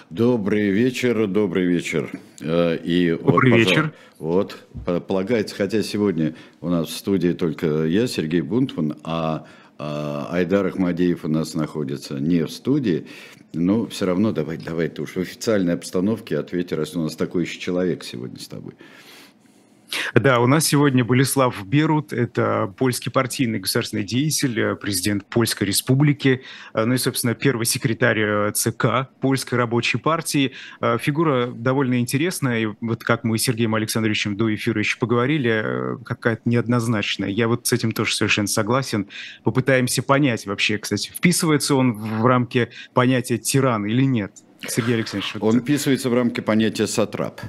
Добрый вечер, добрый вечер. И вот, Добрый пожалуйста, вечер. вот, полагается, хотя сегодня у нас в студии только я, Сергей Бунтман, Айдар Ахмадеев у нас находится не в студии, но все равно давай ты уж в официальной обстановке ответь, раз у нас такой еще человек сегодня с тобой. Да, у нас сегодня Болеслав Берут, это польский партийный государственный деятель, президент Польской Республики, ну и, собственно, первый секретарь ЦК Польской рабочей партии. Фигура довольно интересная, и вот как мы с Сергеем Александровичем до эфира еще поговорили, какая-то неоднозначная. Я вот с этим тоже совершенно согласен. Попытаемся понять вообще, кстати, вписывается он в рамки понятия тиран или нет. Сергей Александрович, Он вот вписывается в рамки понятия сатрап.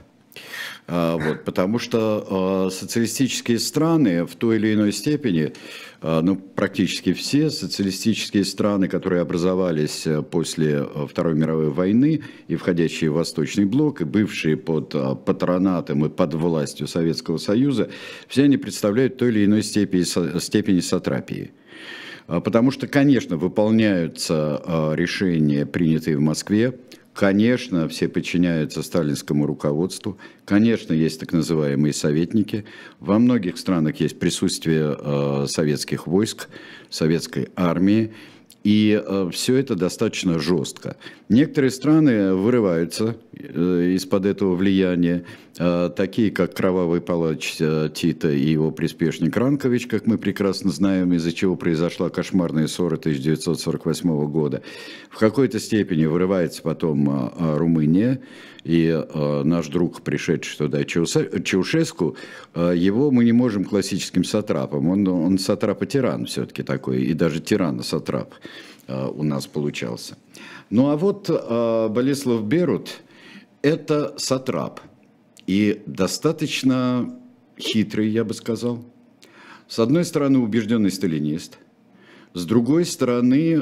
Вот, потому что социалистические страны в той или иной степени, ну, практически все социалистические страны, которые образовались после Второй мировой войны и входящие в Восточный блок, и бывшие под патронатом и под властью Советского Союза, все они представляют в той или иной степени сатрапии. Потому что, конечно, выполняются решения, принятые в Москве. Конечно, все подчиняются сталинскому руководству. Конечно, есть так называемые советники. Во многих странах есть присутствие советских войск, советской армии. И все это достаточно жестко. Некоторые страны вырываются из-под этого влияния, такие как Кровавый палач Тита и его приспешник Ранкович, как мы прекрасно знаем, из-за чего произошла кошмарная ссора 1948 года. В какой-то степени вырывается потом Румыния, и наш друг, пришедший туда, Чаушеску, его мы не можем классическим сатрапом. Он сатрап-тиран все-таки такой, и даже тиран-сатрап у нас получался. Ну а вот Болеслав Берут – это сатрап. И достаточно хитрый, я бы сказал. С одной стороны, убежденный сталинист. С другой стороны,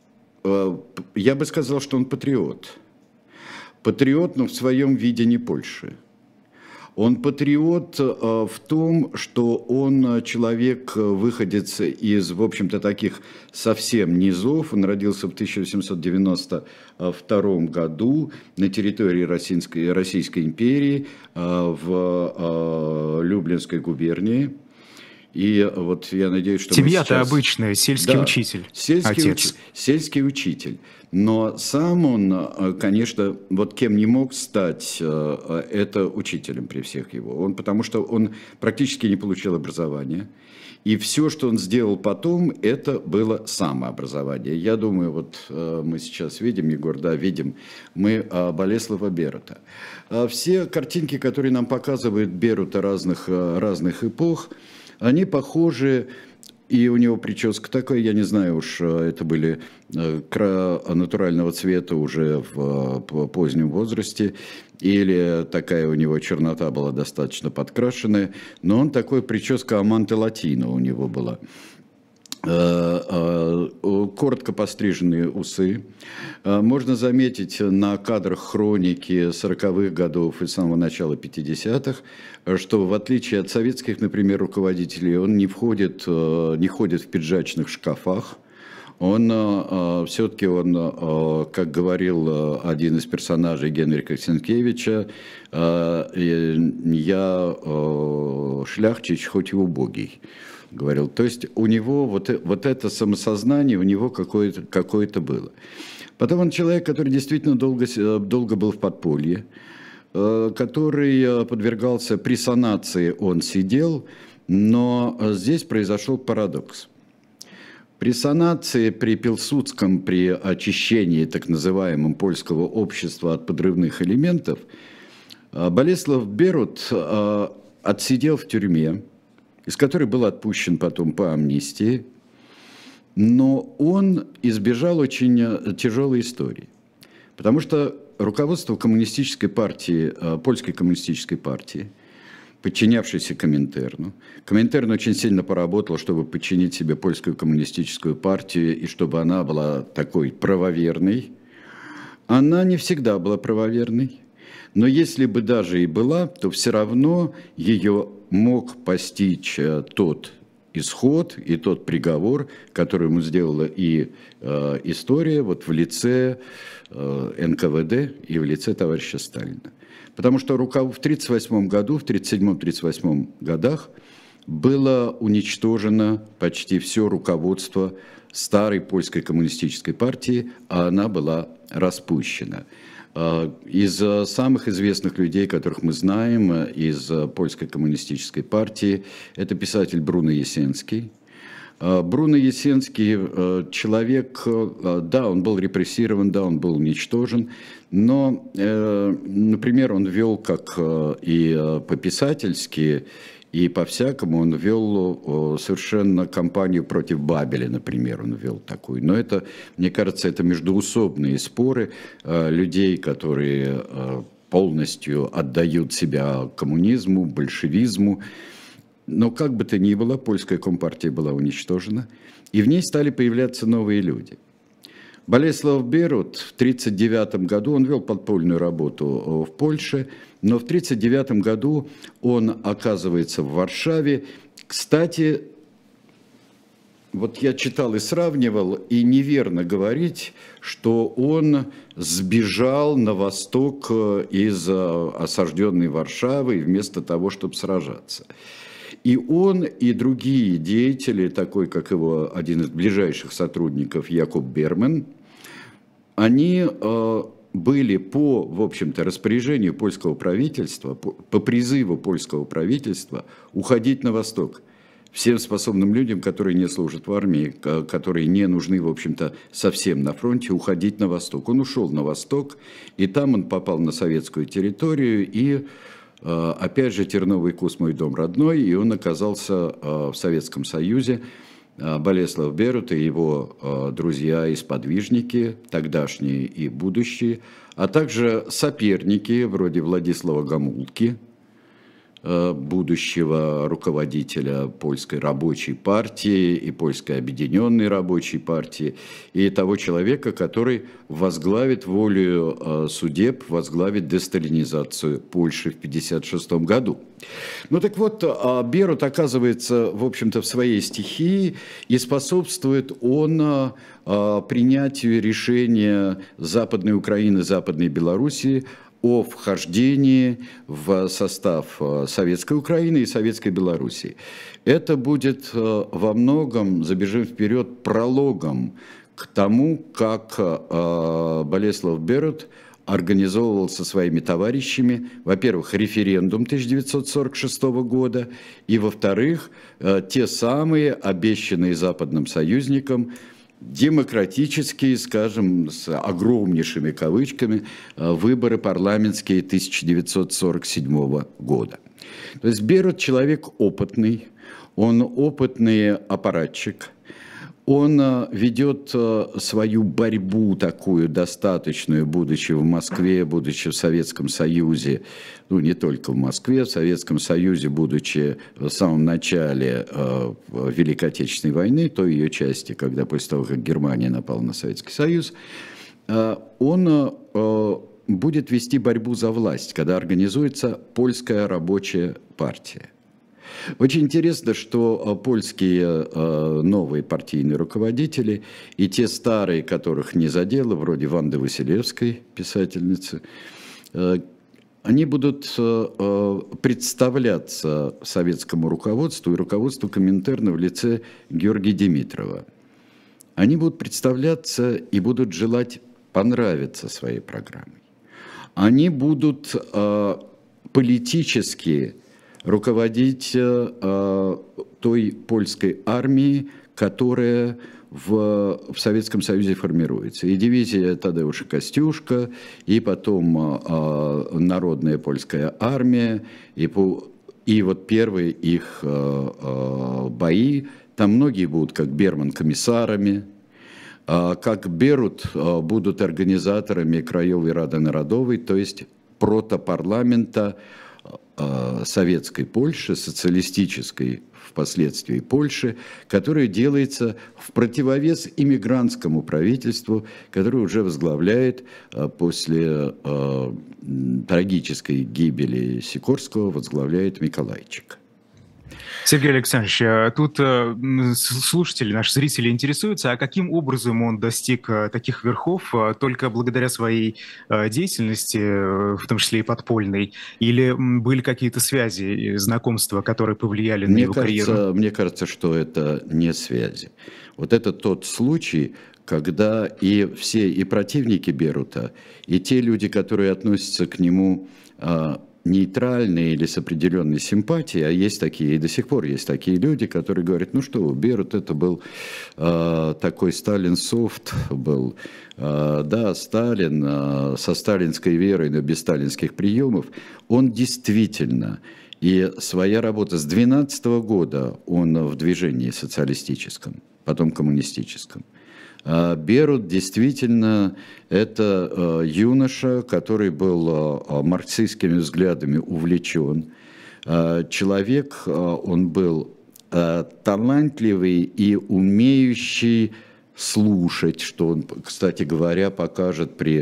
я бы сказал, что он патриот. Патриот, но в своем видении Польши. Он патриот в том, что он человек, выходец из, в общем-то, таких совсем низов. Он родился в 1892 году на территории Российской империи в Люблинской губернии. И вот я надеюсь, что мы семья-то сейчас... обычная, сельский Да, учитель, отец. сельский учитель. Но сам он, конечно, вот кем не мог стать, это учителем при всех его. Потому что он практически не получил образования. И все, что он сделал потом, это было самообразование. Я думаю, вот мы сейчас видим, Егор, да, видим мы Болеслава Берута. Все картинки, которые нам показывают Берута разных эпох, они похожи, и у него прическа такая, я не знаю уж, это были натурального цвета уже в позднем возрасте, или такая у него чернота была достаточно подкрашенная, но он такой, прическа аманте латино у него была. Коротко постриженные усы. Можно заметить на кадрах хроники 40-х годов и самого начала 50-х, что в отличие от советских, например, руководителей, он не ходит в пиджачных шкафах. Он все-таки, как говорил один из персонажей Генриха Сенкевича, я шляхтич, хоть и убогий. Говорил. То есть у него вот это самосознание у него какое-то было. Потом он человек, который действительно долго был в подполье, который подвергался при санации, он сидел, но здесь произошел парадокс. При санации, при Пилсудском, при очищении так называемом польского общества от подрывных элементов, Болеслав Берут отсидел в тюрьме, из которой был отпущен потом по амнистии, но он избежал очень тяжелой истории. Потому что руководство коммунистической партии, польской коммунистической партии, подчинявшейся Коминтерну, Коминтерн очень сильно поработал, чтобы подчинить себе польскую коммунистическую партию, и чтобы она была такой правоверной. Она не всегда была правоверной. Но если бы даже и была, то все равно ее мог постичь тот исход и тот приговор, который ему сделала и история вот в лице НКВД и в лице товарища Сталина. Потому что в 1937 году, в 1937-1938 годах было уничтожено почти все руководство старой польской коммунистической партии, а она была распущена. Из самых известных людей, которых мы знаем из польской коммунистической партии, это писатель Бруно Ясенский. Бруно Ясенский человек, да, он был репрессирован, да, он был уничтожен, но, например, он вел как и по-писательски, и по-всякому он вел совершенно кампанию против Бабеля, например, он вел такую. Но это, мне кажется, это междоусобные споры людей, которые полностью отдают себя коммунизму, большевизму. Но как бы то ни было, польская компартия была уничтожена, и в ней стали появляться новые люди. Болеслав Берут в 1939 году, он вел подпольную работу в Польше, но в 1939 году он оказывается в Варшаве. Кстати, вот я читал и сравнивал, и неверно говорить, что он сбежал на восток из осажденной Варшавы вместо того, чтобы сражаться. И он, и другие деятели, такой как его один из ближайших сотрудников Якоб Берман, они были по, в общем-то, распоряжению польского правительства, по призыву польского правительства уходить на восток. Всем способным людям, которые не служат в армии, которые не нужны, в общем-то, совсем на фронте, уходить на восток. Он ушел на восток, и там он попал на советскую территорию, и опять же, Терновый Кус, мой дом родной, и он оказался в Советском Союзе. Болеслав Берут и его друзья и сподвижники, тогдашние и будущие, а также соперники, вроде Владислава Гомулки, будущего руководителя польской рабочей партии и польской объединенной рабочей партии, и того человека, который возглавит волею судеб, возглавит десталинизацию Польши в 1956 году. Ну так вот, Берут оказывается, в общем-то, в своей стихии, и способствует он принятию решения Западной Украины, Западной Белоруссии о вхождении в состав Советской Украины и Советской Белоруссии. Это будет во многом, забежим вперед, прологом к тому, как Болеслав Берут организовывал со своими товарищами, во-первых, референдум 1946 года, и, во-вторых, те самые обещанные западным союзникам демократические, скажем, с огромнейшими кавычками, выборы парламентские 1947 года. То есть Берут человек опытный, он опытный аппаратчик, он ведет свою борьбу такую достаточную, будучи в Москве, будучи в Советском Союзе, ну не только в Москве, в Советском Союзе, будучи в самом начале Великой Отечественной войны, той ее части, когда после того, как Германия напала на Советский Союз, он будет вести борьбу за власть, когда организуется польская рабочая партия. Очень интересно, что польские новые партийные руководители и те старые, которых не задело, вроде Ванды Василевской, писательницы, они будут представляться советскому руководству и руководству Коминтерна в лице Георгия Димитрова. Они будут представляться и будут желать понравиться своей программой. Они будут политически руководить той польской армией, которая в Советском Союзе формируется. И дивизия Тадеуша Костюшка, и потом Народная польская армия, и вот первые их бои, там многие будут как Берман комиссарами, как Берут будут организаторами Краевой Рады Народовой, то есть протопарламента советской Польши, социалистической впоследствии Польши, которая делается в противовес иммигрантскому правительству, которое уже возглавляет после трагической гибели Сикорского, возглавляет Миколайчик. Сергей Александрович, тут слушатели, наши зрители интересуются, а каким образом он достиг таких верхов только благодаря своей деятельности, в том числе и подпольной, или были какие-то связи, знакомства, которые повлияли на его карьеру? Мне кажется, что это не связи. Вот это тот случай, когда и все, и противники Берута, и те люди, которые относятся к нему нейтральные или с определенной симпатией, а есть такие, и до сих пор есть такие люди, которые говорят, ну что, Берут это был такой Сталин-софт был, да, Сталин со сталинской верой, но без сталинских приемов, он действительно, и своя работа с 12 года он в движении социалистическом, потом коммунистическом. Берут действительно это юноша, который был марксистскими взглядами увлечен. Человек, он был талантливый и умеющий слушать, что он, кстати говоря, покажет при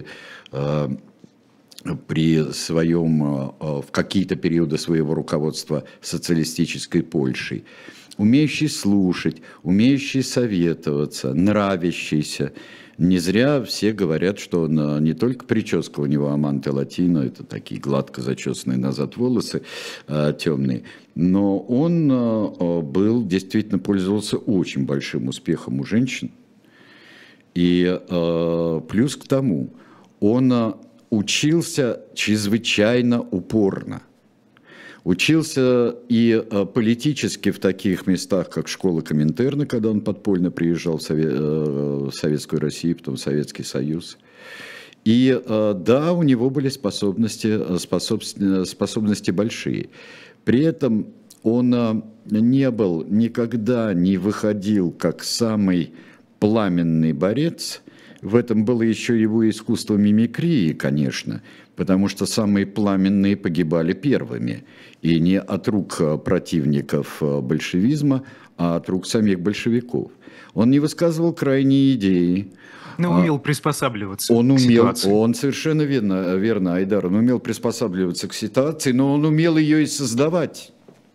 своем, в какие-то периоды своего руководства социалистической Польшей. Умеющий слушать, умеющий советоваться, нравящийся. Не зря все говорят, что он не только прическа у него аманте латино, это такие гладко зачесанные назад волосы темные, но он действительно пользовался очень большим успехом у женщин. И плюс к тому, он учился чрезвычайно упорно. Учился и политически в таких местах, как школа Коминтерна, когда он подпольно приезжал в Советскую Россию, потом в Советский Союз. И да, у него были способности большие. При этом он никогда не выходил как самый пламенный борец. В этом было еще его искусство мимикрии, конечно, потому что самые пламенные погибали первыми. И не от рук противников большевизма, а от рук самих большевиков. Он не высказывал крайние идеи. Но умел приспосабливаться к ситуации. Он совершенно верно, Айдар, он умел приспосабливаться к ситуации, но он умел ее и создавать.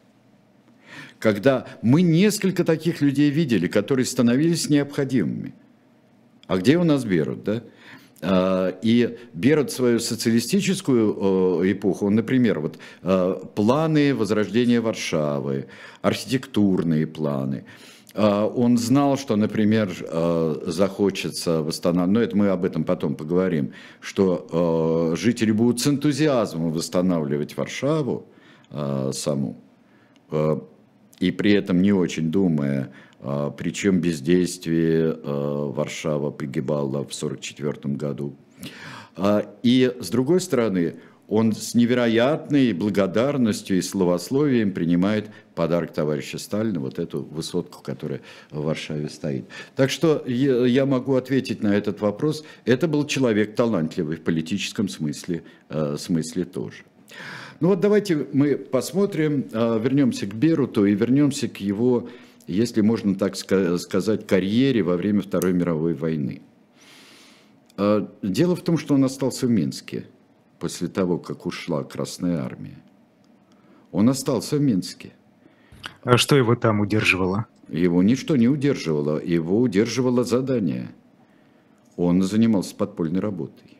Когда мы несколько таких людей видели, которые становились необходимыми. А где у нас Берут, да? И Берут свою социалистическую эпоху, он, например, вот, планы возрождения Варшавы, архитектурные планы, он знал, что, например, захочется восстанавливать, но это мы об этом потом поговорим, что жители будут с энтузиазмом восстанавливать Варшаву саму, и при этом не очень думая, причем бездействие Варшава погибала в 1944 году. И с другой стороны, он с невероятной благодарностью и словословием принимает подарок товарища Сталина, вот эту высотку, которая в Варшаве стоит. Так что я могу ответить на этот вопрос. Это был человек талантливый в политическом смысле тоже. Ну вот давайте мы посмотрим, вернемся к Беруту и вернемся к его, если можно так сказать, карьере во время Второй мировой войны. Дело в том, что он остался в Минске после того, как ушла Красная Армия. Он остался в Минске. А что его там удерживало? Его ничто не удерживало, его удерживало задание. Он занимался подпольной работой.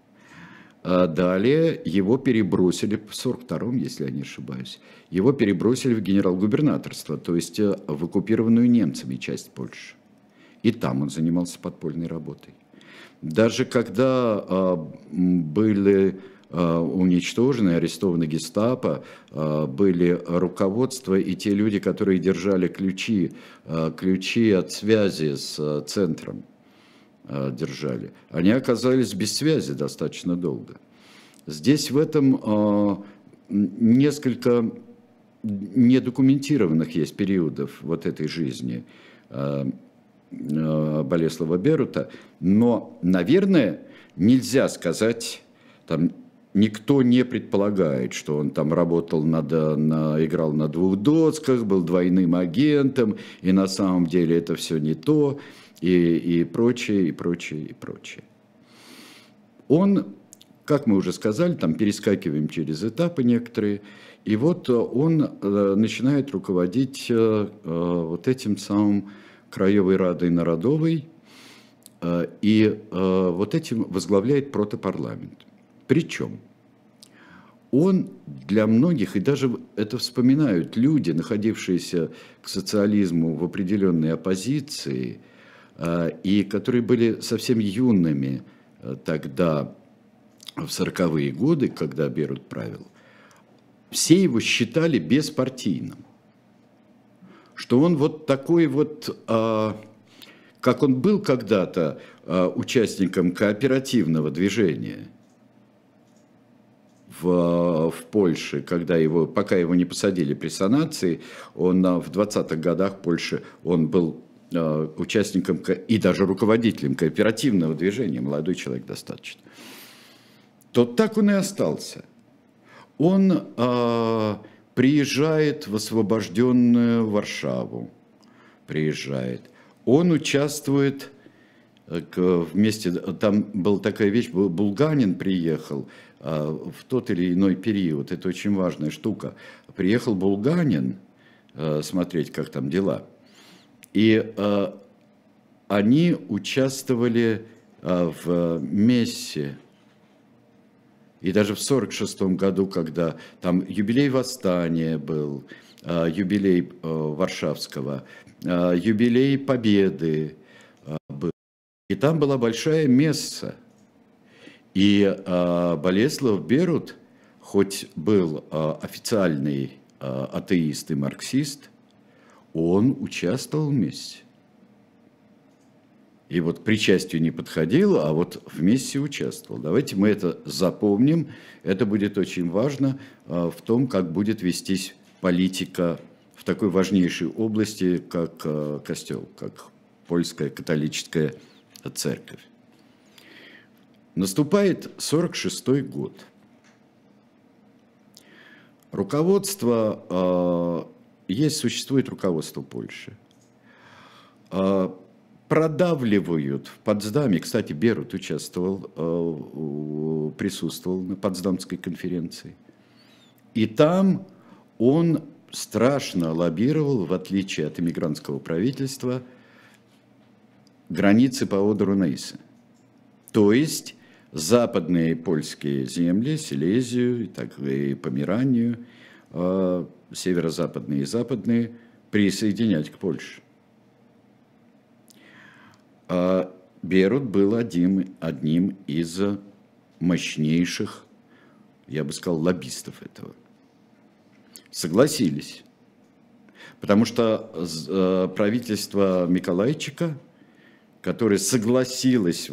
Далее его перебросили в 1942-м, если я не ошибаюсь, его перебросили в генерал-губернаторство, то есть в оккупированную немцами часть Польши. И там он занимался подпольной работой. Даже когда были уничтожены, арестованы гестапо, были руководства и те люди, которые держали ключи от связи с центром, держали. Они оказались без связи достаточно долго. Здесь в этом несколько недокументированных есть периодов вот этой жизни Болеслава Берута, но, наверное, нельзя сказать, там никто не предполагает, что он там работал, играл на двух досках, был двойным агентом, и на самом деле это все не то, и прочее, и прочее, и прочее. Он, как мы уже сказали, там перескакиваем через этапы некоторые, и вот он начинает руководить вот этим самым Краевой Радой Народовой, и вот этим возглавляет протопарламент. Причем он для многих, и даже это вспоминают люди, находившиеся к социализму в определенной оппозиции, и которые были совсем юными тогда, в 40-е годы, когда Берут правил, все его считали беспартийным. Что он вот такой вот, как он был когда-то участником кооперативного движения в Польше, пока его не посадили при санации, он в 20-х годах Польши, он был участником и даже руководителем кооперативного движения, молодой человек достаточно, то так он и остался. Он приезжает в освобожденную Варшаву, он участвует вместе, там была такая вещь, Булганин приехал в тот или иной период, это очень важная штука, приехал Булганин смотреть, как там дела, и они участвовали в мессе. И даже в 1946 году, когда там юбилей восстания был, юбилей Варшавского, юбилей Победы был, и там была большая месса. И Болеслав Берут, хоть был официальный атеист и марксист, он участвовал в мессе. И вот к причастию не подходил, а вот в мессе участвовал. Давайте мы это запомним. Это будет очень важно в том, как будет вестись политика в такой важнейшей области, как костел, как польская католическая церковь. Наступает 1946 год. Существует руководство Польши. Продавливают в Потсдаме, кстати, Берут присутствовал на Потсдамской конференции. И там он страшно лоббировал, в отличие от эмигрантского правительства, границы по Одеру Нейсе. То есть западные польские земли, Силезию, и Померанию, северо-западные и западные, присоединять к Польше. Берут был одним из мощнейших, я бы сказал, лоббистов этого. Согласились. Потому что правительство Миколайчика, которое согласилось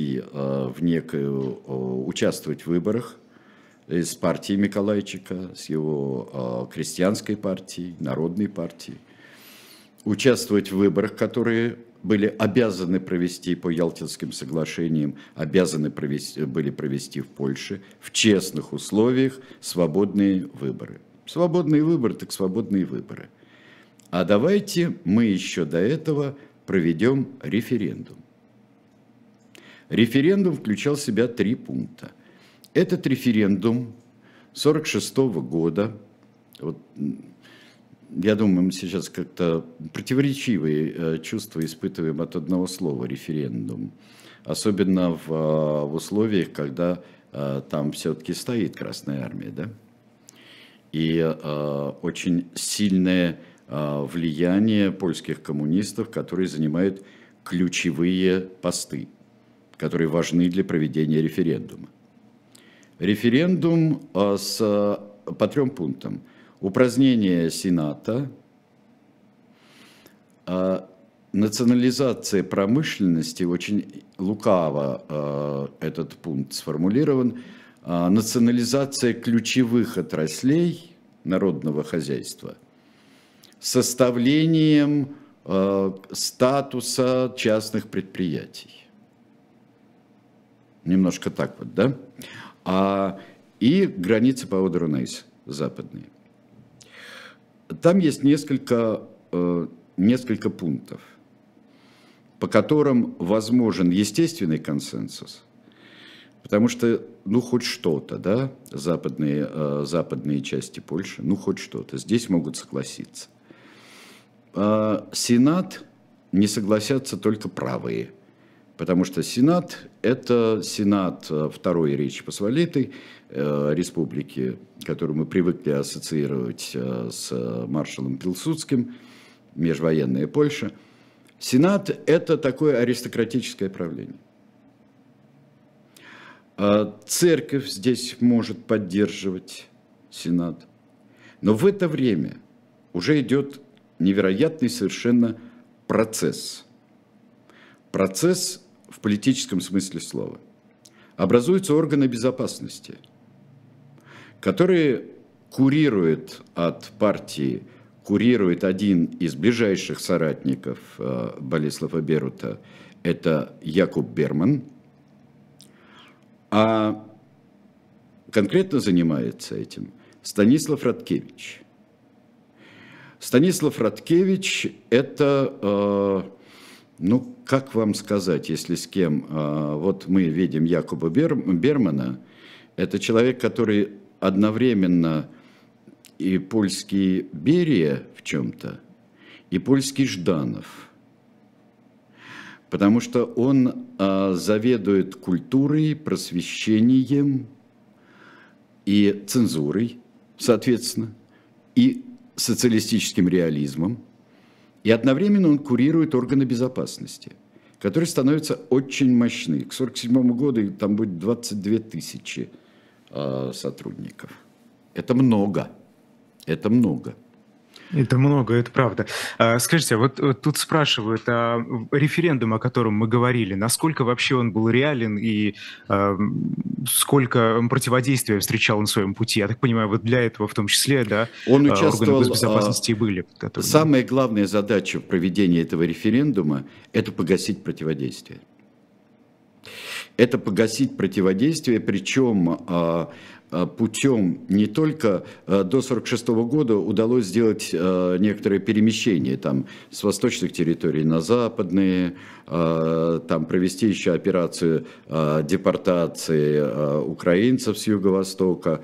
участвовать в выборах с партией Миколайчика, с его крестьянской партией, народной партией, участвовать в выборах, которые были обязаны провести по Ялтинским соглашениям, были провести в Польше в честных условиях свободные выборы. Свободные выборы, так свободные выборы. А давайте мы еще до этого проведем референдум. Референдум включал в себя 3 пункта. Этот референдум 1946 года, я думаю, мы сейчас как-то противоречивые чувства испытываем от одного слова «референдум». Особенно в условиях, когда там все-таки стоит Красная Армия, да? И очень сильное влияние польских коммунистов, которые занимают ключевые посты, которые важны для проведения референдума. Референдум по 3 пунктам. Упразднение Сената, национализация промышленности, очень лукаво этот пункт сформулирован, национализация ключевых отраслей народного хозяйства, составлением статуса частных предприятий. Немножко так вот, да? И границы по Одеру Нейсе, западные. Там есть несколько пунктов, по которым возможен естественный консенсус, Потому что, ну, хоть что-то, да, западные части Польши, ну, хоть что-то. Здесь могут согласиться. Сенат не согласятся только правые. Потому что Сенат – это Сенат Второй Речи Посполитой, республики, которую мы привыкли ассоциировать с маршалом Пилсудским, межвоенная Польша. Сенат – это такое аристократическое правление. Церковь здесь может поддерживать Сенат. Но в это время уже идет невероятный совершенно процесс. Процесс в политическом смысле слова. Образуются органы безопасности, которые курирует от партии, курирует один из ближайших соратников Болеслава Берута, это Якуб Берман, а конкретно занимается этим Станислав Радкевич. Станислав Радкевич – это, ну, как вам сказать, если с кем, вот мы видим Якуба Бермана, это человек, который одновременно и польский Берия в чем-то, и польский Жданов. Потому что он заведует культурой, просвещением и цензурой, соответственно, и социалистическим реализмом. И одновременно он курирует органы безопасности, которые становятся очень мощны. К 1947 году там будет 22 тысячи сотрудников. Это много. Это много. Это много, это правда. Скажите, вот тут спрашивают о референдуме, о котором мы говорили, насколько вообще он был реален и сколько противодействия встречал на своем пути? Я так понимаю, вот для этого в том числе, да, он участвовал, органы госбезопасности и были. Которые... Самая главная задача в проведении этого референдума – это погасить противодействие. Это погасить противодействие, причем путем не только до 1946 года удалось сделать некоторые перемещения там, с восточных территорий на западные, там, провести еще операцию депортации украинцев с юго-востока,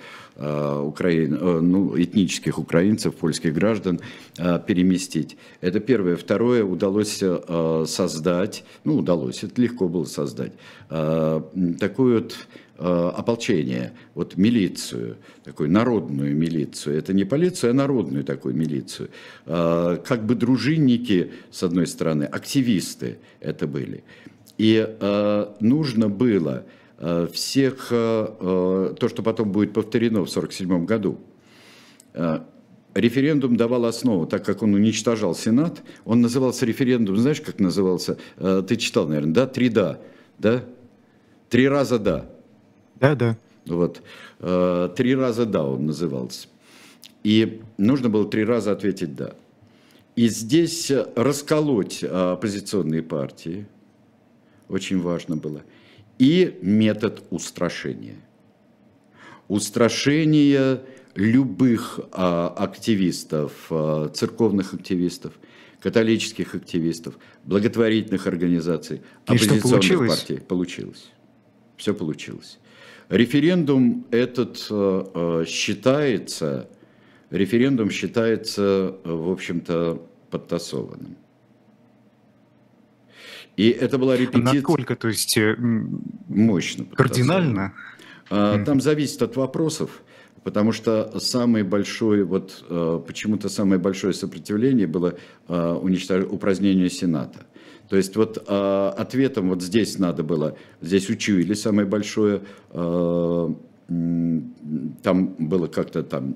этнических украинцев, польских граждан переместить. Это первое. Второе, удалось создать, это легко было создать, такую вот ополчение, вот милицию, такую народную милицию. Это не полицию, а народную такую милицию. Как бы дружинники, с одной стороны, активисты это были. И нужно было всех, то, что потом будет повторено в 1947 году, референдум давал основу, так как он уничтожал Сенат, он назывался референдум, знаешь, как назывался? Ты читал, наверное, да? 3 «да», да? 3 раза «да». Да. Вот. 3 раза «да» он назывался. И нужно было 3 раза ответить «да». И здесь расколоть оппозиционные партии, очень важно было, и метод устрашения. Устрашение любых активистов, церковных активистов, католических активистов, благотворительных организаций, оппозиционных партий. Получилось. Все получилось. Референдум этот считается, в общем-то, подтасованным. И это была репетиция. Насколько, то есть, мощно кардинально? Там зависит от вопросов, потому что почему-то самое большое сопротивление было упразднению Сената. То есть вот ответом вот здесь надо было, здесь учуяли самое большое, там было как-то там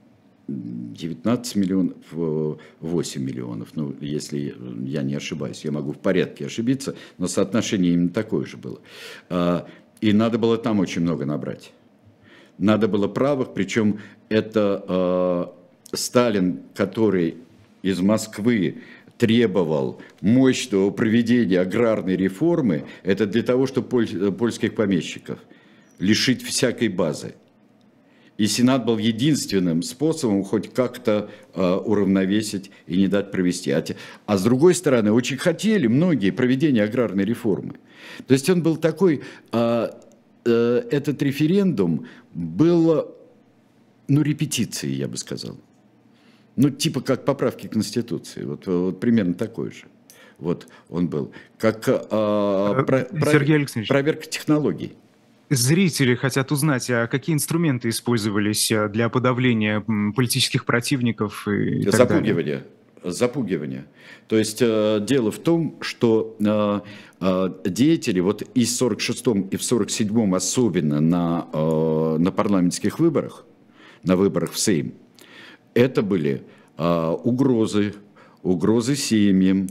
19 миллионов, 8 миллионов, если я не ошибаюсь, я могу в порядке ошибиться, но соотношение именно такое же было. И надо было там очень много набрать. Надо было правых, причем это Сталин, который из Москвы требовал мощного проведения аграрной реформы, это для того, чтобы польских помещиков лишить всякой базы. И Сенат был единственным способом хоть как-то уравновесить и не дать провести. А с другой стороны, очень хотели многие проведения аграрной реформы. То есть он был такой этот референдум был, ну, репетицией, я бы сказал. Ну, типа как поправки к Конституции, вот примерно такой же. Вот он был. Как Сергей Александрович, проверка технологий. зрители хотят узнать, а какие инструменты использовались для подавления политических противников и так далее? Запугивание. То есть дело в том, что деятели вот и в 46-м, и в 47-м особенно на парламентских выборах, на выборах в Сейм, это были угрозы семьям,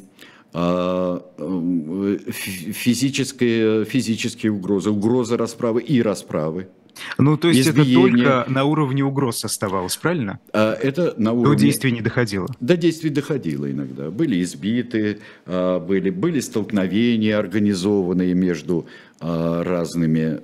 физические угрозы, угрозы расправы и расправы. Ну, то есть это Избиение. только на уровне угроз оставалось, правильно? Это на уровне... До действий не доходило. До действий доходило иногда. Были избиты, были столкновения, организованные между разными,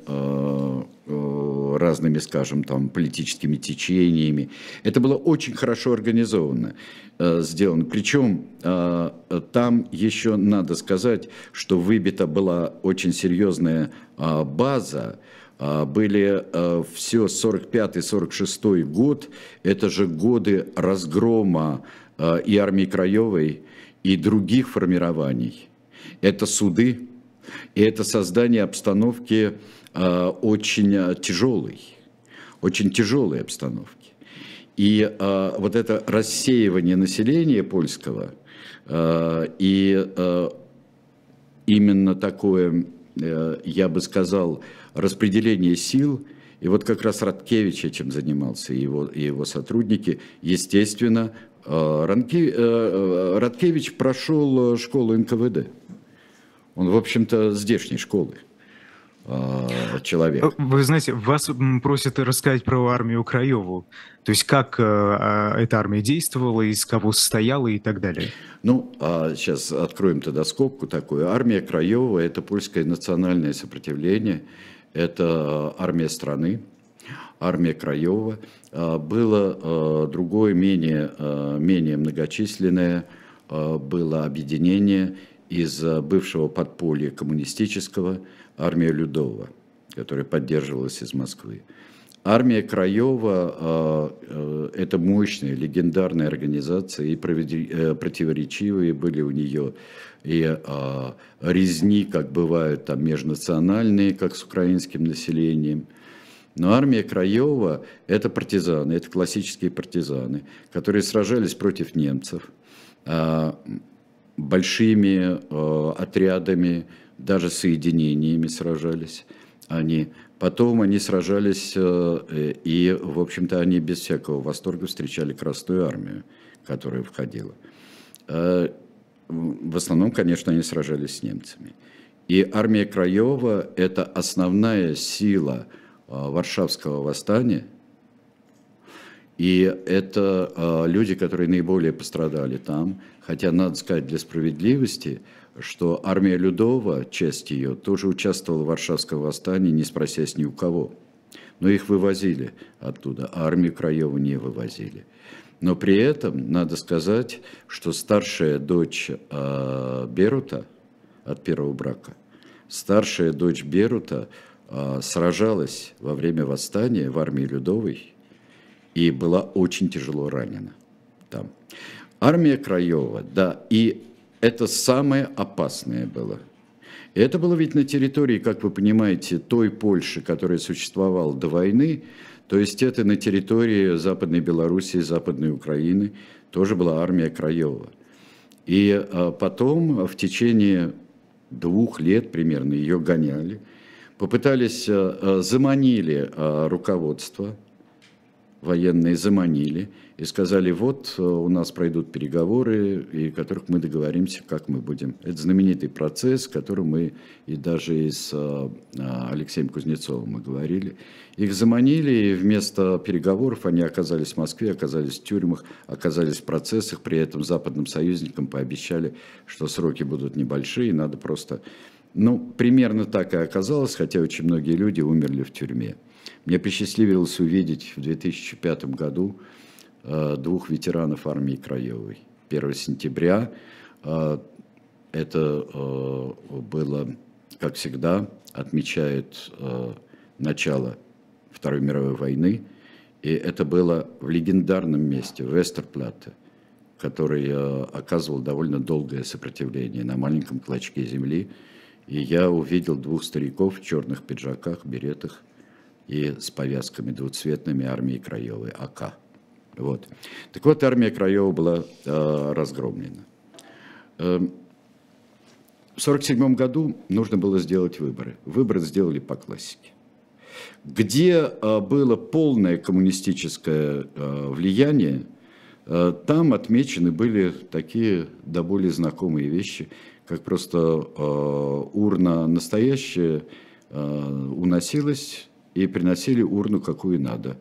скажем, там, политическими течениями. Это было очень хорошо организовано, сделано. Причем там еще надо сказать, что выбита была очень серьезная база. Были все 45-46 год, это же годы разгрома и армии Краевой, и других формирований. Это суды, и это создание обстановки очень тяжелой обстановки. И вот это рассеивание населения польского, и именно такое, я бы сказал, распределение сил, и вот как раз Радкевич этим занимался, и его сотрудники, естественно, Радкевич прошел школу НКВД, он, в общем-то, здешней школы человек. Вы знаете, вас просят рассказать про армию Краеву, то есть как эта армия действовала, из кого состояла и так далее. Ну, сейчас откроем тогда скобку такую. Армия Краева – это польское национальное сопротивление, это армия страны, армия Краева. Было другое, менее многочисленное, было объединение из бывшего подполья коммунистического, армия Людова, которая поддерживалась из Москвы. Армия Краева – это мощная, легендарная организация, и противоречивые были у нее и резни, как бывают там межнациональные, как с украинским населением. Но армия Краева – это партизаны, это классические партизаны, которые сражались против немцев большими отрядами, даже соединениями сражались они. Потом они сражались, и, в общем-то, они без всякого восторга встречали Красную армию, которая входила. В основном, конечно, они сражались с немцами. И армия Краева – это основная сила Варшавского восстания, и это люди, которые наиболее пострадали там. Хотя, надо сказать, для справедливости, что армия Людова, часть ее, тоже участвовала в Варшавском восстании, не спросясь ни у кого. Но их вывозили оттуда, а армию Краеву не вывозили. Но при этом надо сказать, что старшая дочь Берута от первого брака, старшая дочь Берута сражалась во время восстания в армии Людовой и была очень тяжело ранена там. Армия Краева, да, и это самое опасное было. И это было ведь на территории, как вы понимаете, той Польши, которая существовала до войны, то есть это на территории Западной Белоруссии, Западной Украины, тоже была армия Краева. И потом в течение 2 лет примерно ее гоняли, попытались, заманили руководство, военные заманили и сказали, вот у нас пройдут переговоры, и которых мы договоримся, как мы будем. Это знаменитый процесс, который мы и даже и с Алексеем Кузнецовым мы говорили. Их заманили, и вместо переговоров они оказались в Москве, оказались в тюрьмах, оказались в процессах, при этом западным союзникам пообещали, что сроки будут небольшие, надо просто... Ну, примерно так и оказалось, хотя очень многие люди умерли в тюрьме. Мне посчастливилось увидеть в 2005 году 2 ветеранов армии Краевой. 1 сентября это было, как всегда, отмечает начала Второй мировой войны. И это было в легендарном месте, Вестерплатте, который оказывал довольно долгое сопротивление на маленьком клочке земли. И я увидел двух стариков в черных пиджаках, беретах и с повязками двуцветными армии Краевой, АК. Вот. Так вот, армия Краева была разгромлена. В 1947 году нужно было сделать выборы. Выборы сделали по классике. Где было полное коммунистическое влияние, там отмечены были такие до боли знакомые вещи, как просто урна настоящая уносилась и приносили урну какую надо.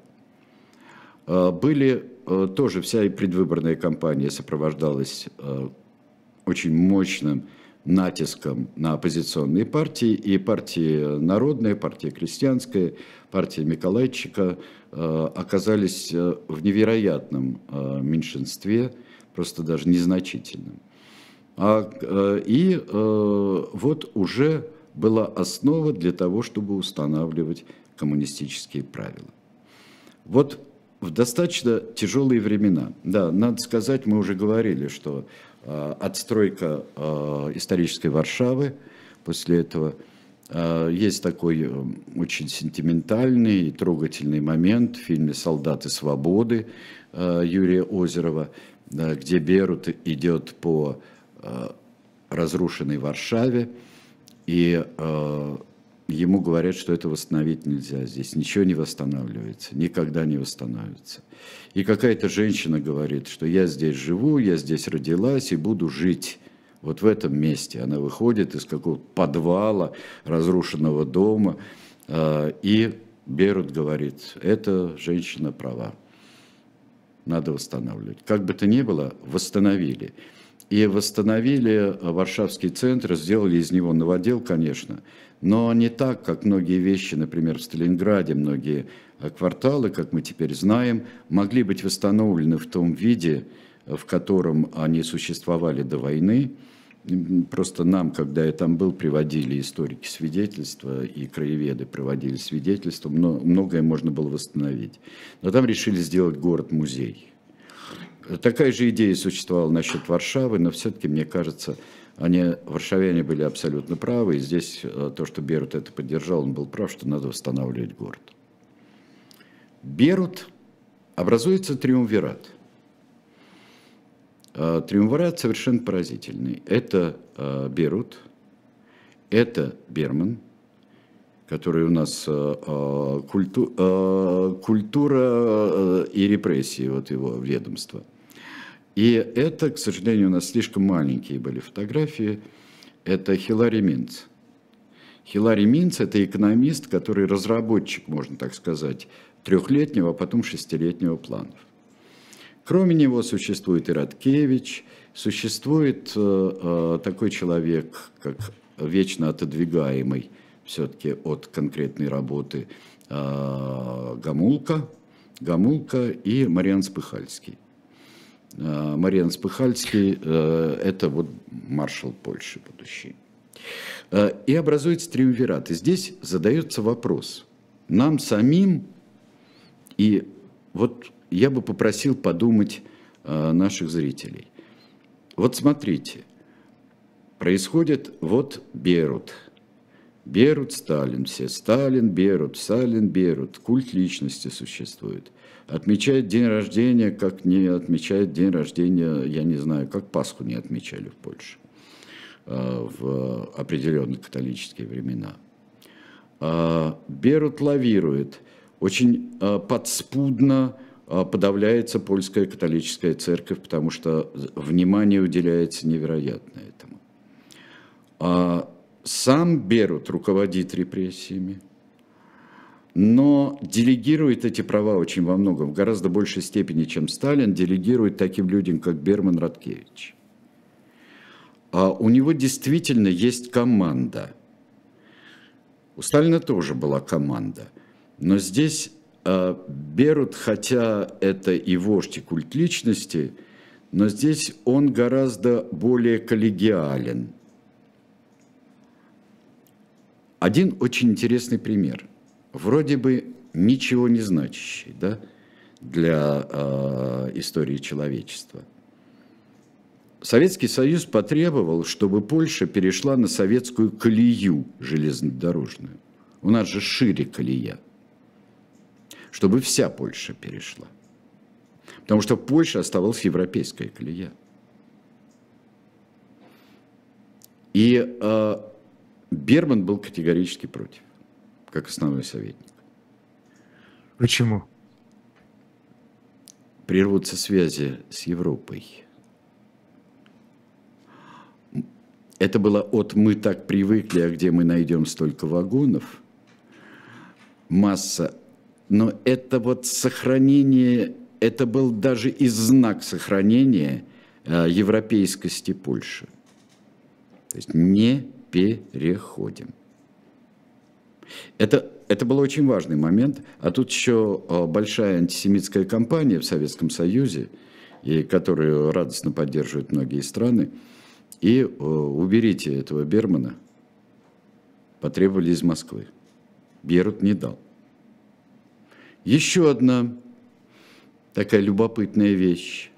Были тоже, вся предвыборная кампания сопровождалась очень мощным натиском на оппозиционные партии, и партия народная, партия крестьянская, партия Миколайчика оказались в невероятном меньшинстве, просто даже незначительном. И вот уже была основа для того, чтобы устанавливать коммунистические правила. Вот в достаточно тяжелые времена, да, надо сказать, мы уже говорили, что отстройка исторической Варшавы после этого, есть такой очень сентиментальный и трогательный момент в фильме «Солдаты свободы» Юрия Озерова, где Берут идет по разрушенной Варшаве, и ему говорят, что это восстановить нельзя, здесь ничего не восстанавливается, никогда не восстановится. И какая-то женщина говорит, что я здесь живу, я здесь родилась и буду жить вот в этом месте. Она выходит из какого-то подвала разрушенного дома, и Берут говорит, эта женщина права, надо восстанавливать. Как бы то ни было, восстановили. И восстановили Варшавский центр, сделали из него новодел, конечно, но не так, как многие вещи, например, в Сталинграде, многие кварталы, как мы теперь знаем, могли быть восстановлены в том виде, в котором они существовали до войны. Просто нам, когда я там был, приводили историки свидетельства, и краеведы приводили свидетельства, многое можно было восстановить. Но там решили сделать город-музей. Такая же идея существовала насчет Варшавы, но все-таки, мне кажется, варшавяне были абсолютно правы. И здесь то, что Берут это поддержал, он был прав, что надо восстанавливать город. Берут, образуется триумвират. Триумвират совершенно поразительный. Это Берут, это Берман, который у нас культура и репрессии, вот его ведомство. И это, к сожалению, у нас слишком маленькие были фотографии. Это Хилари Минц. Хилари Минц – это экономист, который разработчик, можно так сказать, 3-летнего, а потом 6-летнего планов. Кроме него существует и Радкевич, существует такой человек, как вечно отодвигаемый все-таки от конкретной работы Гамулка и Мариан Спыхальский. Мариан Спыхальский – это вот маршал Польши будущий. И образуется триумвират. И здесь задается вопрос. Нам самим, и вот я бы попросил подумать наших зрителей. Вот смотрите, происходит вот Берут. Берут, Сталин, все Сталин, Берут, Сталин, Берут. Культ личности существует. Отмечает день рождения, как не отмечает день рождения, я не знаю, как Пасху не отмечали в Польше в определенные католические времена. Берут лавирует, очень подспудно подавляется польская католическая церковь, потому что внимание уделяется невероятно этому. Сам Берут руководит репрессиями, но делегирует эти права очень во многом, в гораздо большей степени, чем Сталин, делегирует таким людям, как Берман, Радкевич. У него действительно есть команда. У Сталина тоже была команда. Но здесь Берут, хотя это и вождь, и культ личности, но здесь он гораздо более коллегиален. Один очень интересный пример. вроде бы ничего не значащий, да, для истории человечества. Советский Союз потребовал, чтобы Польша перешла на советскую колею железнодорожную. У нас же шире колея. Чтобы вся Польша перешла. Потому что в Польше оставалась европейская колея. И Берман был категорически против, как основной советник. Почему? Прервутся связи с Европой. Это было от «мы так привыкли, а где мы найдем столько вагонов?» Масса. Но это вот сохранение, это был даже и знак сохранения европейскости Польши. То есть не переходим. Это был очень важный момент. А тут еще большая антисемитская кампания в Советском Союзе, и которую радостно поддерживают многие страны. И уберите этого Бермана, потребовали из Москвы. Берут не дал. Еще одна такая любопытная вещь.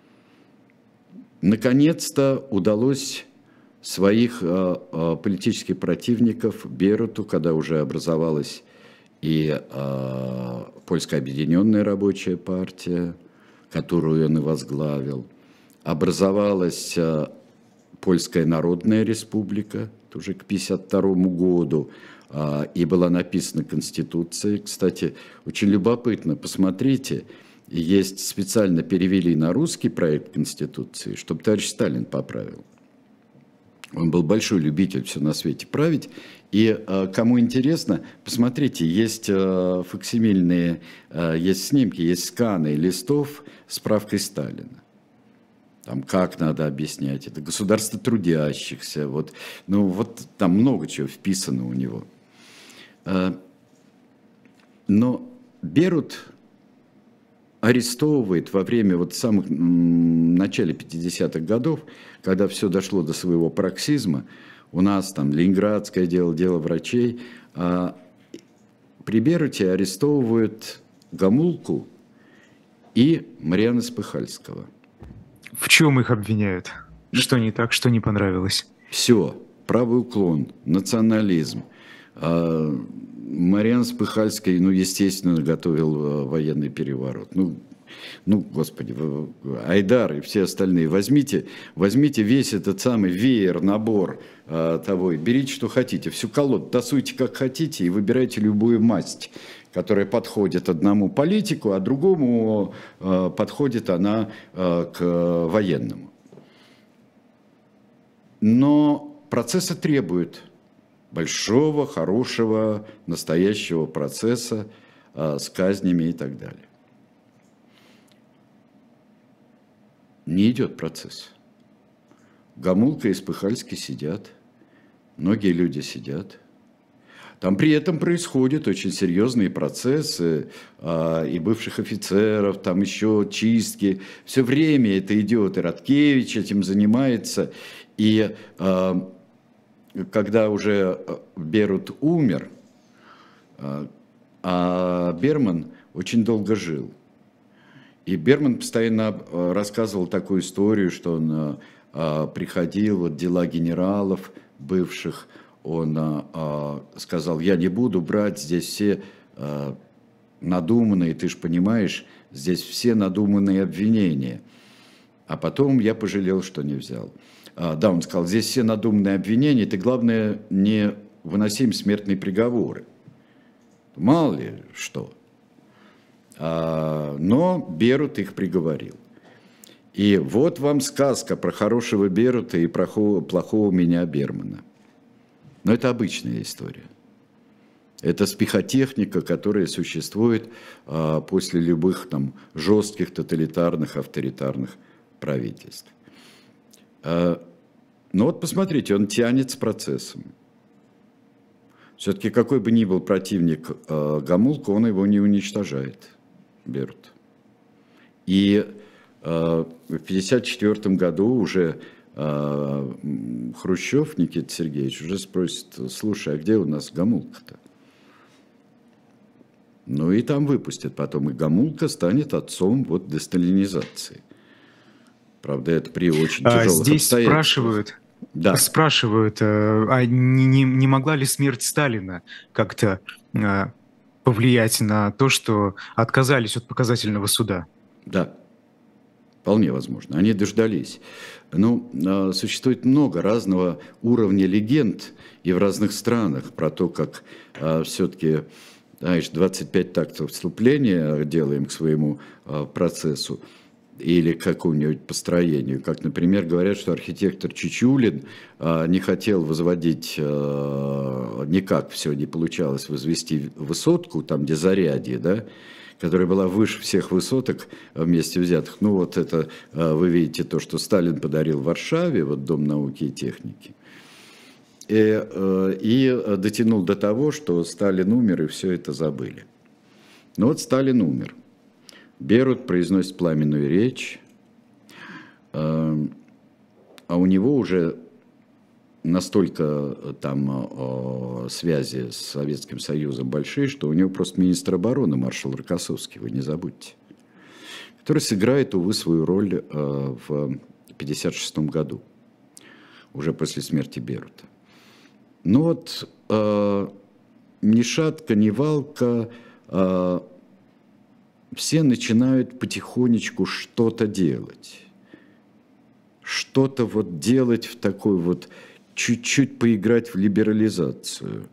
Наконец-то удалось своих политических противников Беруту, когда уже образовалась и Польская объединенная рабочая партия, которую он и возглавил, образовалась Польская Народная Республика, уже к 1952 году, и была написана Конституция. Кстати, очень любопытно, посмотрите, есть специально перевели на русский проект Конституции, чтобы товарищ Сталин поправил. Он был большой любитель все на свете править. И кому интересно, посмотрите, есть факсимильные, есть снимки, есть сканы листов с справкой Сталина. Там как надо объяснять, это государство трудящихся, вот, ну вот там много чего вписано у него. Но Берут арестовывает во время вот самых начале 50-х годов, когда все дошло до своего пароксизма, у нас там ленинградское дело, дело врачей, при Беруте арестовывают Гомулку и Мариана Спыхальского. В чем их обвиняют? Что не так, что не понравилось? Все. Правый уклон, национализм. Мариан Спыхальский, ну, естественно, готовил военный переворот. Ну, господи, Айдар и все остальные. Возьмите весь этот самый веер, набор того, берите, что хотите, всю колоду, тасуйте, как хотите, и выбирайте любую масть, которая подходит одному политику, а другому подходит она к военному. Но процессы требуют большого, хорошего, настоящего процесса с казнями и так далее. Не идет процесс. Гомулка и Спыхальский сидят, многие люди сидят. Там при этом происходят очень серьезные процессы и бывших офицеров, там еще чистки. Все время это идет, и Радкевич этим занимается. И когда уже Берут умер, а Берман очень долго жил. И Берман постоянно рассказывал такую историю, что он приходил, вот дела генералов бывших, он сказал, я не буду брать, здесь все надуманные, ты же понимаешь, здесь все надуманные обвинения. А потом я пожалел, что не взял. Да, он сказал, здесь все надуманные обвинения, ты, главное, не выноси им смертные приговоры. Мало ли что. Но Берут их приговорил. И вот вам сказка про хорошего Берута и про плохого меня Бермана. Но это обычная история. Это спихотехника, которая существует после любых там жестких, тоталитарных, авторитарных правительств. Но вот посмотрите, он тянет с процессом. Все-таки какой бы ни был противник Гомулка, он его не уничтожает, Берут. И в 1954 году уже Хрущев, Никита Сергеевич, уже спросит, слушай, а где у нас Гомулка-то? Ну и там выпустят потом. И Гомулка станет отцом вот десталинизации. Правда, это при очень тяжелых Здесь обстоятельствах. Да. спрашивают, а не могла ли смерть Сталина как-то повлиять на то, что отказались от показательного суда? Да, вполне возможно. Они дождались. Ну, существует много разного уровня легенд и в разных странах про то, как все-таки, знаешь, 25 тактов вступления делаем к своему процессу или к какому-нибудь построению. Как, например, говорят, что архитектор Чичулин не хотел возводить, никак все не получалось возвести высотку, там, где Зарядье, да, которая была выше всех высоток вместе взятых. Ну, вот это вы видите то, что Сталин подарил Варшаве, вот Дом науки и техники. И дотянул до того, что Сталин умер, и все это забыли. Ну вот Сталин умер. Берут, произносит пламенную речь, а у него уже настолько там связи с Советским Союзом большие, что у него просто министр обороны маршал Рокоссовский, вы не забудьте, который сыграет, увы, свою роль в 1956 году, уже после смерти Берута. Ну вот ни шатка, ни валка, все начинают потихонечку что-то делать. Что-то вот делать в такой вот, чуть-чуть поиграть в либерализацию.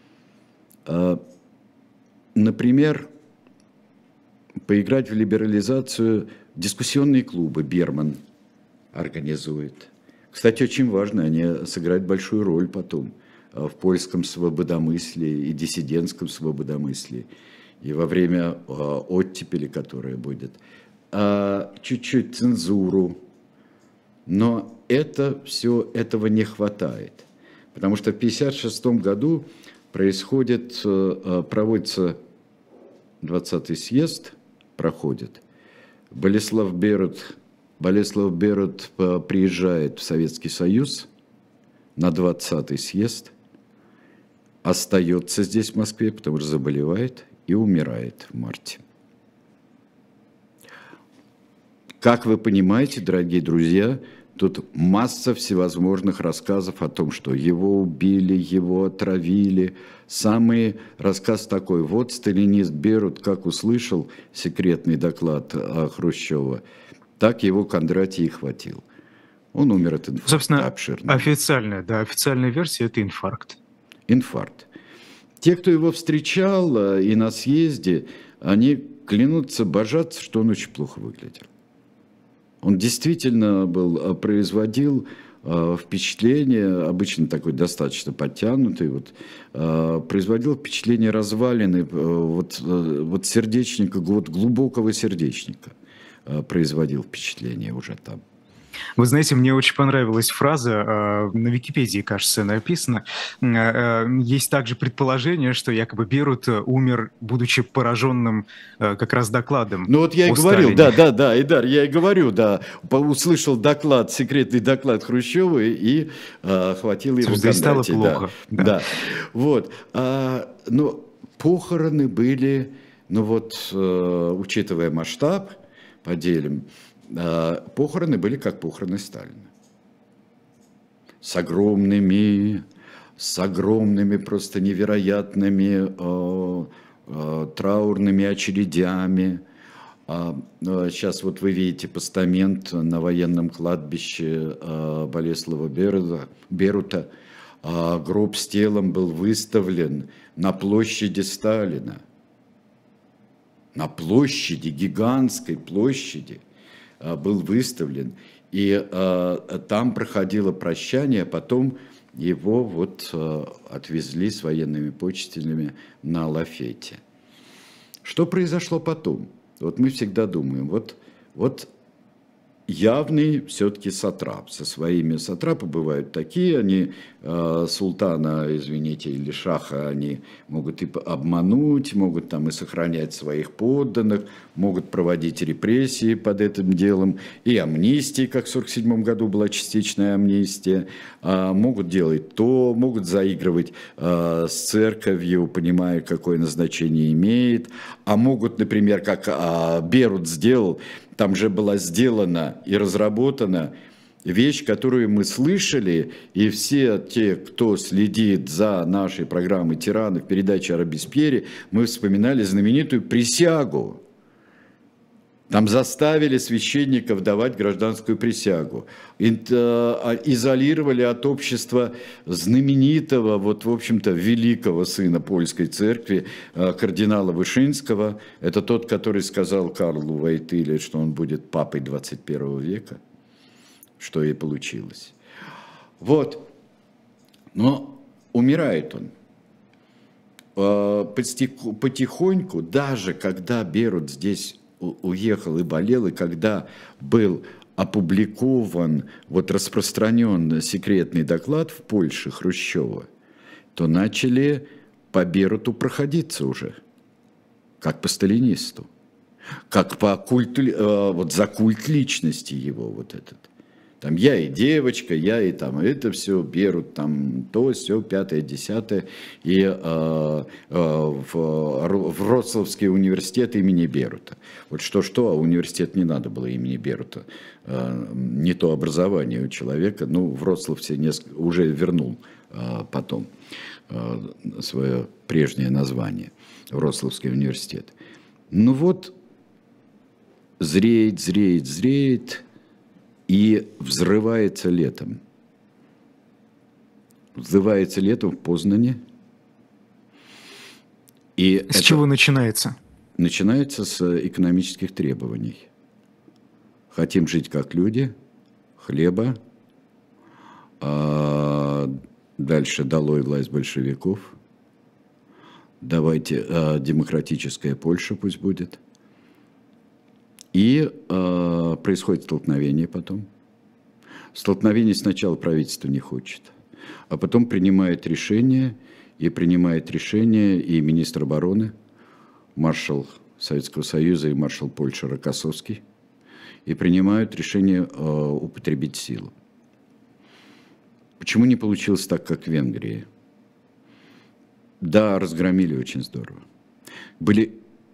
Например, поиграть в либерализацию дискуссионные клубы Берман организует. Кстати, очень важно, они сыграют большую роль потом в польском свободомыслии и диссидентском свободомыслии. И во время оттепели, которая будет, чуть-чуть цензуру. Но этого не хватает. Потому что в 1956 году проводится 20-й съезд, проходит. Болеслав Берут приезжает в Советский Союз на 20-й съезд, остается здесь, в Москве, потому что заболевает и умирает в марте. Как вы понимаете, дорогие друзья, тут масса всевозможных рассказов о том, что его убили, его отравили. Самый рассказ такой: вот сталинист Берут, как услышал секретный доклад Хрущева, так его Кондратий и хватил. Он умер от инфаркта. Собственно, обширного. официальная версия – это инфаркт. Инфаркт. Те, кто его встречал и на съезде, они клянутся, божатся, что он очень плохо выглядел. Он действительно производил впечатление, обычно такой достаточно подтянутый, производил впечатление развалины, сердечника, глубокого сердечника производил впечатление уже там. Вы знаете, мне очень понравилась фраза, на Википедии, кажется, написано. Есть также предположение, что якобы Берут умер, будучи пораженным как раз докладом. Ну вот я и говорил, да, Идар, я и говорю, да, услышал доклад, секретный доклад Хрущева и хватил его Кондратий. Стало плохо. Да. Вот. Но похороны были, учитывая масштаб, поделим, похороны были как похороны Сталина. С огромными просто невероятными траурными очередями. Сейчас вот вы видите постамент на военном кладбище Болеслава Берута. Гроб с телом был выставлен на площади Сталина. На площади, гигантской площади был выставлен. И там проходило прощание, потом его отвезли с военными почестями на лафете. Что произошло потом? Вот мы всегда думаем, явный все-таки сатрап. Со своими сатрапы бывают такие, они султана, извините, или шаха, они могут и обмануть, могут там и сохранять своих подданных, могут проводить репрессии под этим делом, и амнистии, как в 1947 году была частичная амнистия, могут делать то, могут заигрывать с церковью, понимая, какое назначение имеет, а могут, например, как Берут сделал, там же была сделана и разработана вещь, которую мы слышали, и все те, кто следит за нашей программой «Тираны» в передаче о Робеспьере, мы вспоминали знаменитую присягу. Там заставили священников давать гражданскую присягу, изолировали от общества знаменитого, вот, в общем-то, великого сына польской церкви, кардинала Вышинского. Это тот, который сказал Карлу Войтыле, что он будет папой 21 века, что и получилось. Вот, но умирает он. Потихоньку, даже когда Берут здесь уехал и болел, и когда был опубликован, вот распространен секретный доклад в Польше Хрущева, то начали по Беруту проходиться уже, как по сталинисту, как по культу, вот за культ личности его вот этот. Там я и девочка, я и там это все, Берут, там то, все, пятое, десятое. И в Вроцлавский университет имени Берута. Вот что-что, а университет не надо было имени Берута. Не то образование у человека. Ну, Вроцлав уже вернул потом свое прежнее название. Вроцлавский университет. Ну вот, зреет. И взрывается летом. Взрывается летом в Познане. И с чего начинается? Начинается с экономических требований. Хотим жить как люди, хлеба. Дальше долой власть большевиков. Давайте демократическая Польша пусть будет. И происходит столкновение потом. Столкновение сначала правительство не хочет, а потом принимает решение, и министр обороны, маршал Советского Союза и маршал Польши Рокоссовский, и принимают решение употребить силу. Почему не получилось так, как в Венгрии? Да, разгромили очень здорово. Были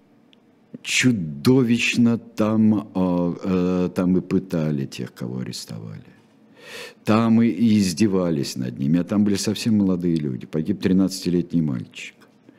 чудовищно там и пытали тех, кого арестовали. Там и издевались над ними, а там были совсем молодые люди. Погиб 13-летний мальчик.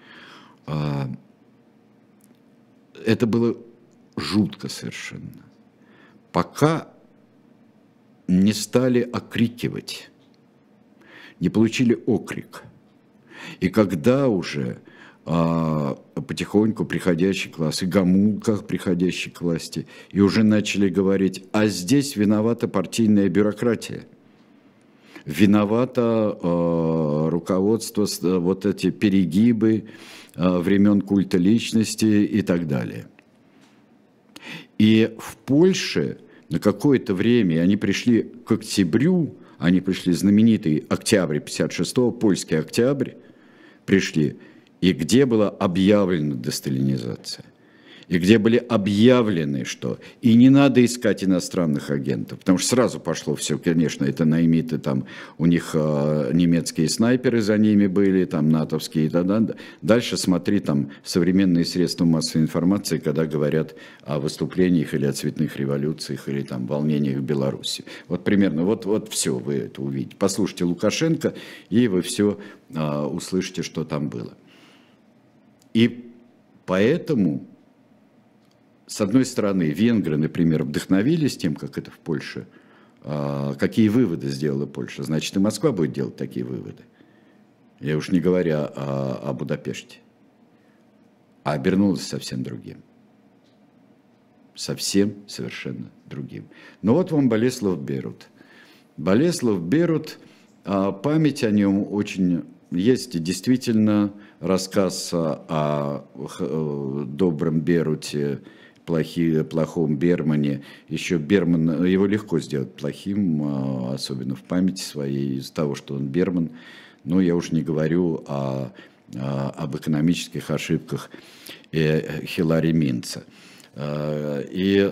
Это было жутко совершенно. Пока не стали окрикивать, не получили окрик. И когда уже потихоньку приходящий класс, и Гомулка, приходящий к власти, и уже начали говорить, а здесь виновата партийная бюрократия, виновато руководство, вот эти перегибы времен культа личности и так далее. И в Польше на какое-то время они пришли к октябрю, они пришли знаменитый октябрь 56-го, польский октябрь, пришли, и где была объявлена десталинизация, и где были объявлены, что и не надо искать иностранных агентов, потому что сразу пошло все, конечно, это наймиты, там у них немецкие снайперы за ними были, там натовские, дальше смотри, там современные средства массовой информации, когда говорят о выступлениях или о цветных революциях, или там волнениях в Беларуси. Вот примерно, вот все вы это увидите. Послушайте Лукашенко, и вы все услышите, что там было. И поэтому, с одной стороны, венгры, например, вдохновились тем, как это в Польше, какие выводы сделала Польша. Значит, и Москва будет делать такие выводы. Я уж не говоря о Будапеште. А обернулось совсем другим. Совсем совершенно другим. Но вот вам Болеслав Берут. Болеслав Берут, память о нем очень... Есть действительно рассказ о добром Беруте плохом Бермане. Еще Берман, его легко сделать плохим, особенно в памяти своей, из-за того, что он Берман. Но я уж не говорю об экономических ошибках Хилари Минца. И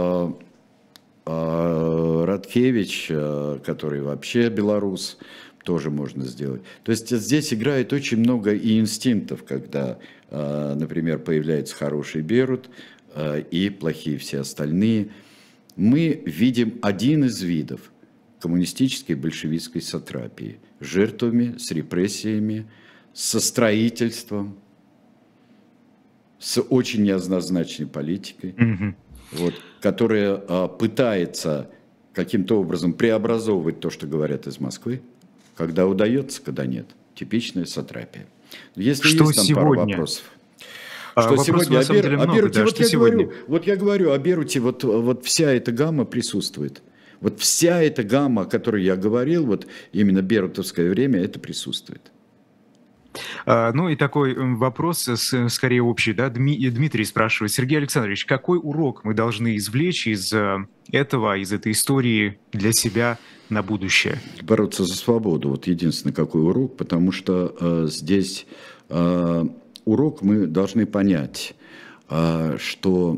Радкевич, который вообще белорус, тоже можно сделать. То есть здесь играет очень много и инстинктов, когда, например, появляется хороший Берут и плохие все остальные. Мы видим один из видов коммунистической большевистской сатрапии с жертвами, с репрессиями, со строительством, с очень неоднозначной политикой, вот, которая пытается каким-то образом преобразовывать то, что говорят из Москвы, когда удается, когда нет. Типичная сатрапия. Если что есть там сегодня? Пару вопросов. Что сегодня? О Беруте, вот я говорю, о Беруте вот вся эта гамма присутствует. Вот вся эта гамма, о которой я говорил, вот именно берутовское время, это присутствует. Ну и такой вопрос, скорее общий, да, Дмитрий спрашивает: Сергей Александрович, какой урок мы должны извлечь из этого, из этой истории для себя на будущее? Бороться за свободу, вот единственный какой урок, потому что здесь урок мы должны понять, что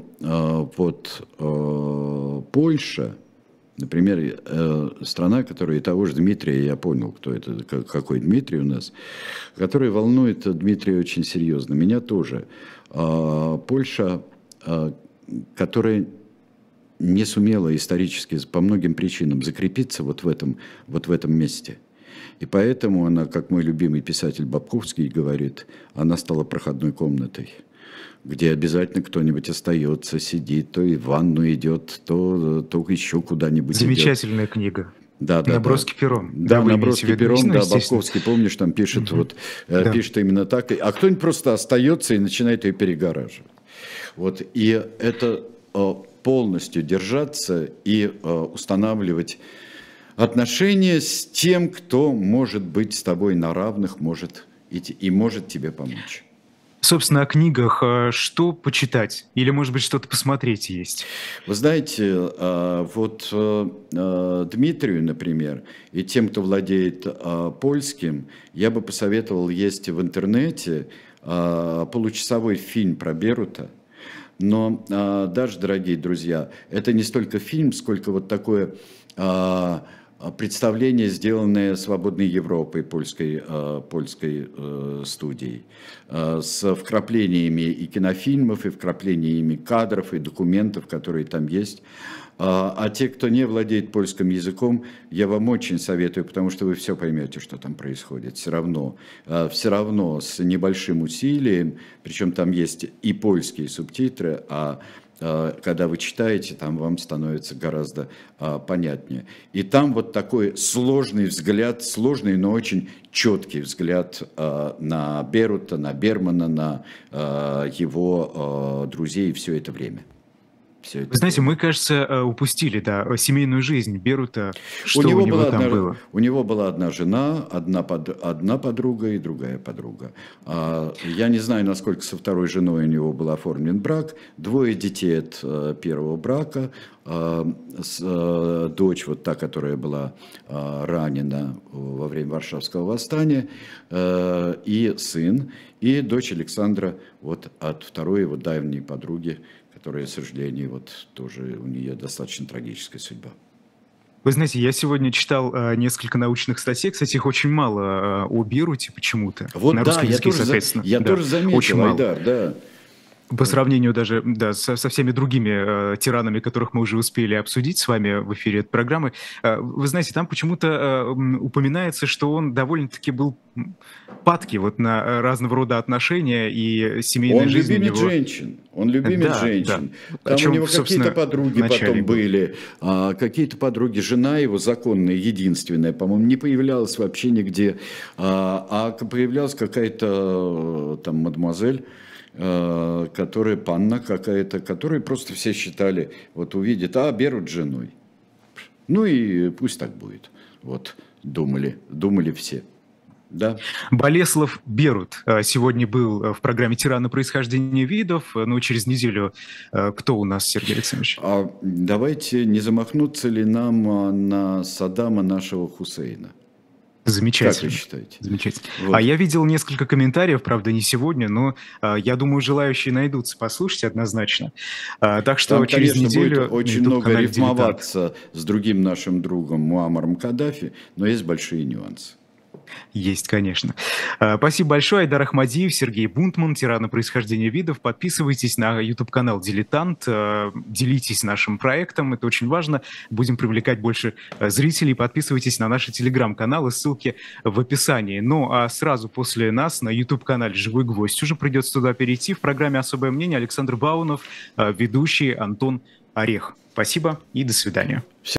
вот Польша, например, страна, которая и того же Дмитрия, я понял, кто это, какой Дмитрий у нас, который волнует Дмитрия очень серьезно, меня тоже. Польша, которая не сумела исторически по многим причинам закрепиться вот в этом месте. И поэтому она, как мой любимый писатель Бабковский говорит, она стала проходной комнатой, где обязательно кто-нибудь остается, сидит, то и в ванну идет, то еще куда-нибудь Замечательная идет. книга. Да, наброски пером. Да, наброски пером, да, Бабковский, помнишь, там пишет, пишет именно так. А кто-нибудь просто остается и начинает ее перегораживать. Вот, и это полностью держаться и устанавливать отношения с тем, кто может быть с тобой на равных, может и может тебе помочь. Собственно, о книгах что почитать? Или, может быть, что-то посмотреть есть? Вы знаете, вот Дмитрию, например, и тем, кто владеет польским, я бы посоветовал, есть в интернете получасовой фильм про Берута. Но даже, дорогие друзья, это не столько фильм, сколько вот такое представление, сделанное «Свободной Европой», польской студией, с вкраплениями и кинофильмов, и вкраплениями кадров, и документов, которые там есть. А те, кто не владеет польским языком, я вам очень советую, потому что вы все поймете, что там происходит. Все равно с небольшим усилием, причем там есть и польские субтитры, а когда вы читаете, там вам становится гораздо понятнее. И там вот такой сложный взгляд, сложный, но очень четкий взгляд на Берута, на Бермана, на его друзей все это время. Вы знаете, мы, кажется, упустили, да, семейную жизнь Берута, что у него там было. У него была одна жена, одна подруга и другая подруга. Я не знаю, насколько со второй женой у него был оформлен брак. 2 детей от первого брака. Дочь, вот та, которая была ранена во время Варшавского восстания, и сын, и дочь Александра вот от второй его давней подруги, которая, к сожалению, вот тоже у нее достаточно трагическая судьба. Вы знаете, я сегодня читал несколько научных статей, кстати, их очень мало о Беруте почему-то. Вот на да, русском языке, соответственно. Я тоже заметил, очень мало. Айдар, да. По сравнению даже со всеми другими тиранами, которых мы уже успели обсудить с вами в эфире этой программы, вы знаете, там почему-то упоминается, что он довольно-таки был падкий вот на разного рода отношения и семейная жизнь у него. Он любимец женщин. Да. Там у него какие-то подруги потом был. были, какие-то подруги, жена его законная, единственная, по-моему, не появлялась вообще нигде, а появлялась какая-то там мадемуазель, которая панна какая-то, которую просто все считали, вот увидит, Берут женой. Ну и пусть так будет. Вот, думали все. Да. Болеслав Берут сегодня был в программе «Тираны происхождения видов». Но через неделю кто у нас, Сергей Александрович? Давайте, не замахнуться ли нам на Саддама нашего Хусейна? Замечательно. Как вы считаете? Замечательно. Вот. Я видел несколько комментариев, правда, не сегодня, но я думаю, желающие найдутся послушать однозначно. Так что там, через конечно, неделю будет очень много рифмоваться с другим нашим другом Муаммаром Каддафи, но есть большие нюансы. Есть, конечно. Спасибо большое. Айдар Ахмадиев, Сергей Бунтман, «Тираны происхождения видов». Подписывайтесь на YouTube-канал «Дилетант». Делитесь нашим проектом. Это очень важно. Будем привлекать больше зрителей. Подписывайтесь на наши телеграм-каналы. Ссылки в описании. Ну, а сразу после нас на YouTube-канале «Живой гвоздь» уже придется туда перейти. В программе «Особое мнение» Александр Баунов, ведущий Антон Орех. Спасибо и до свидания.